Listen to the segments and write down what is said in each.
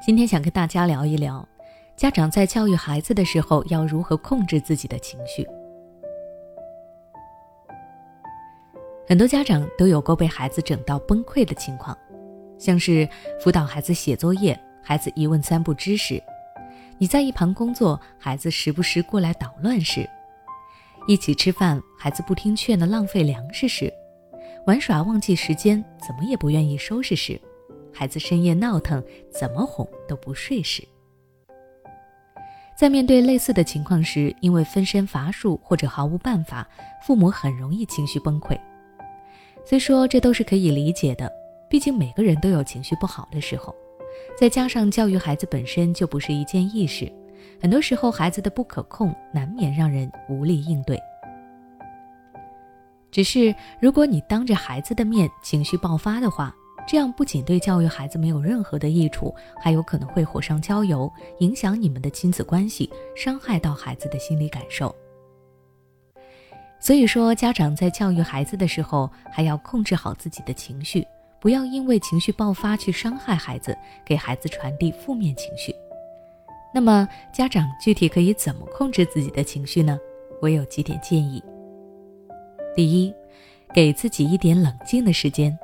今天想跟大家聊一聊，家长在教育孩子的时候要如何控制自己的情绪。很多家长都有过被孩子整到崩溃的情况，像是辅导孩子写作业，孩子一问三不知时；你在一旁工作，孩子时不时过来捣乱时；一起吃饭，孩子不听劝的浪费粮食时；玩耍忘记时间，怎么也不愿意收拾时；孩子深夜闹腾，怎么哄都不睡时。在面对类似的情况时，因为分身乏术或者毫无办法，父母很容易情绪崩溃。虽说这都是可以理解的，毕竟每个人都有情绪不好的时候，再加上教育孩子本身就不是一件易事，很多时候孩子的不可控难免让人无力应对。只是如果你当着孩子的面情绪爆发的话，这样不仅对教育孩子没有任何的益处，还有可能会火上浇油，影响你们的亲子关系，伤害到孩子的心理感受。所以说，家长在教育孩子的时候，还要控制好自己的情绪，不要因为情绪爆发去伤害孩子，给孩子传递负面情绪。那么，家长具体可以怎么控制自己的情绪呢？我有几点建议。第一，给自己一点冷静的时间。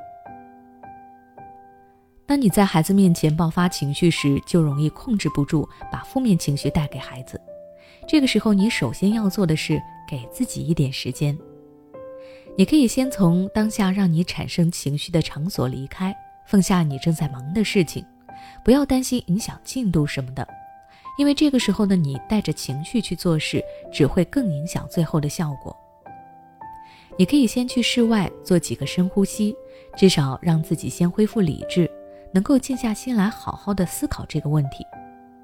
当你在孩子面前爆发情绪时，就容易控制不住，把负面情绪带给孩子。这个时候，你首先要做的是给自己一点时间。你可以先从当下让你产生情绪的场所离开，放下你正在忙的事情，不要担心影响进度什么的，因为这个时候的你带着情绪去做事，只会更影响最后的效果。你可以先去室外做几个深呼吸，至少让自己先恢复理智，能够静下心来好好的思考这个问题。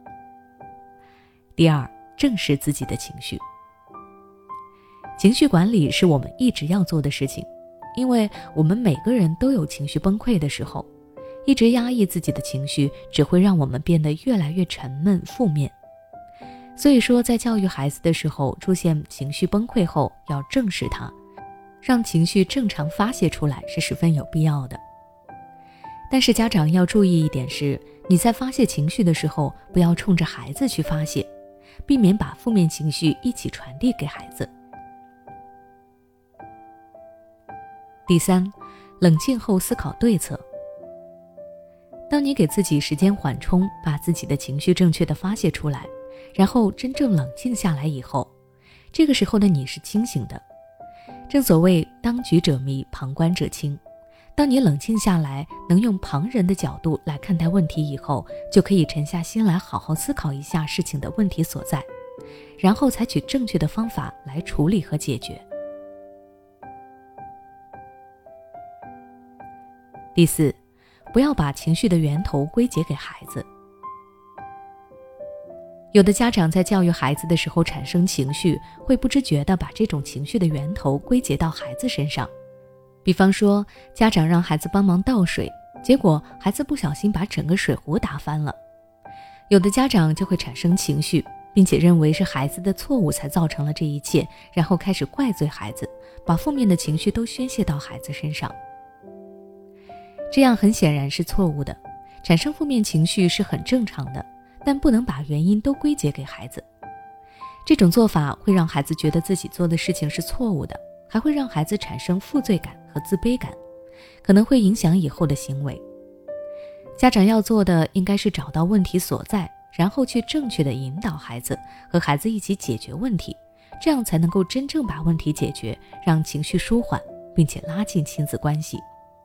第二，正视自己的情绪。情绪管理是我们一直要做的事情，因为我们每个人都有情绪崩溃的时候，一直压抑自己的情绪，只会让我们变得越来越沉闷负面。所以说，在教育孩子的时候，出现情绪崩溃后，要正视它，让情绪正常发泄出来是十分有必要的。但是家长要注意一点是，你在发泄情绪的时候，不要冲着孩子去发泄，避免把负面情绪一起传递给孩子。第三，冷静后思考对策。当你给自己时间缓冲，把自己的情绪正确的发泄出来，然后真正冷静下来以后，这个时候的你是清醒的。正所谓当局者迷，旁观者清。当你冷静下来，能用旁人的角度来看待问题以后，就可以沉下心来好好思考一下事情的问题所在，然后采取正确的方法来处理和解决。第四，不要把情绪的源头归结给孩子。有的家长在教育孩子的时候产生情绪，会不知觉地把这种情绪的源头归结到孩子身上。比方说，家长让孩子帮忙倒水，结果孩子不小心把整个水壶打翻了。有的家长就会产生情绪，并且认为是孩子的错误才造成了这一切，然后开始怪罪孩子，把负面的情绪都宣泄到孩子身上。这样很显然是错误的，产生负面情绪是很正常的，但不能把原因都归结给孩子。这种做法会让孩子觉得自己做的事情是错误的，还会让孩子产生负罪感和自卑感，可能会影响以后的行为。家长要做的应该是找到问题所在，然后去正确的引导孩子，和孩子一起解决问题，这样才能够真正把问题解决，让情绪舒缓，并且拉近亲子关系。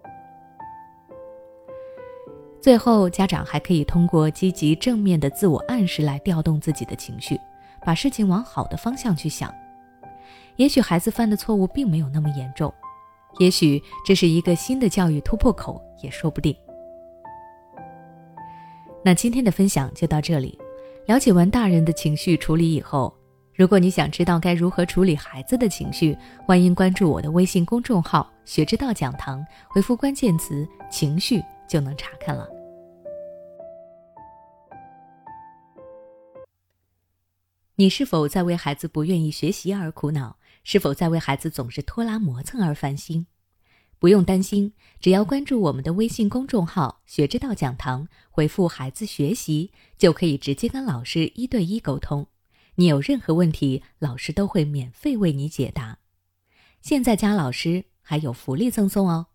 最后，家长还可以通过积极正面的自我暗示来调动自己的情绪，把事情往好的方向去想。也许孩子犯的错误并没有那么严重，也许这是一个新的教育突破口，也说不定。那今天的分享就到这里。了解完大人的情绪处理以后，如果你想知道该如何处理孩子的情绪，欢迎关注我的微信公众号学之道讲堂，回复关键词情绪就能查看了。你是否在为孩子不愿意学习而苦恼？是否在为孩子总是拖拉磨蹭而烦心？ 不用担心，只要关注我们的微信公众号学之道讲堂，回复孩子学习，就可以直接跟老师1对1沟通。你有任何问题，老师都会免费为你解答。现在加老师还有福利赠送哦。